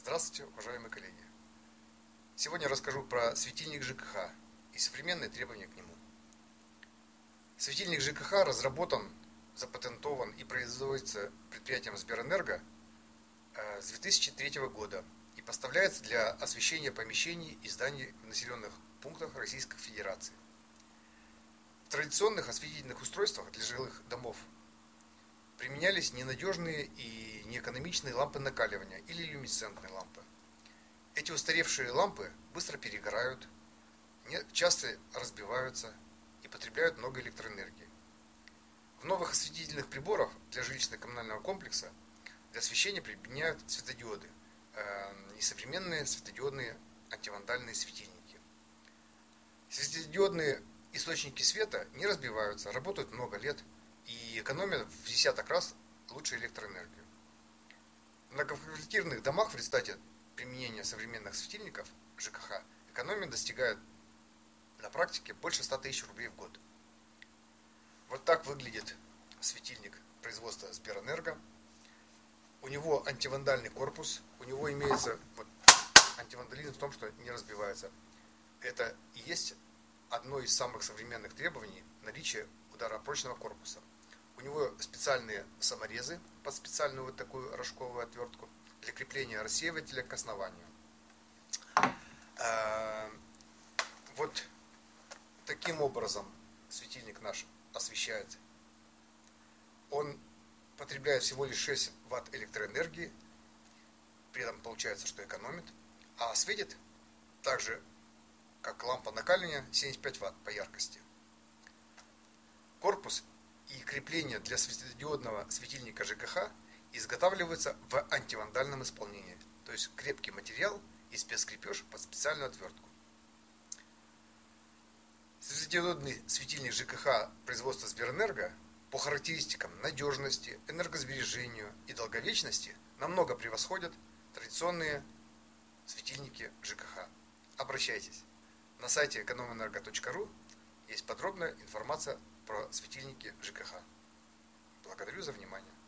Здравствуйте, уважаемые коллеги! Сегодня расскажу про светильник ЖКХ и современные требования к нему. Светильник ЖКХ разработан, запатентован и производится предприятием Сберэнерго с 2003 года и поставляется для освещения помещений и зданий в населенных пунктах Российской Федерации. В традиционных осветительных устройствах для жилых домов применялись ненадежные и неэкономичные лампы накаливания или люминесцентные лампы. Эти устаревшие лампы быстро перегорают, часто разбиваются и потребляют много электроэнергии. В новых осветительных приборах для жилищно-коммунального комплекса для освещения применяют светодиоды и современные светодиодные антивандальные светильники. Светодиодные источники света не разбиваются, работают много лет и экономят в десяток раз лучше электроэнергию. В многоквартирных домах в результате применения современных светильников ЖКХ экономия достигает на практике больше 100 тысяч рублей в год. Вот так выглядит светильник производства Сберэнерго. У него антивандальный корпус, у него имеется антивандализм в том, что не разбивается. Это и есть одно из самых современных требований – наличие ударопрочного корпуса. У него специальные саморезы под специальную вот такую рожковую отвертку для крепления рассеивателя к основанию. Вот таким образом светильник наш освещает. Он потребляет всего лишь 6 Вт электроэнергии, при этом получается, что экономит, а светит так же, как лампа накаливания, 75 Вт по яркости. Корпус и крепление для светодиодного светильника ЖКХ изготавливаются в антивандальном исполнении, то есть крепкий материал и спецкрепеж под специальную отвертку. Светодиодный светильник ЖКХ производства Сберэнерго по характеристикам надежности, энергосбережению и долговечности намного превосходят традиционные светильники ЖКХ. Обращайтесь. На сайте экономэнерго.ру есть подробная информация про светильники ЖКХ. Благодарю за внимание.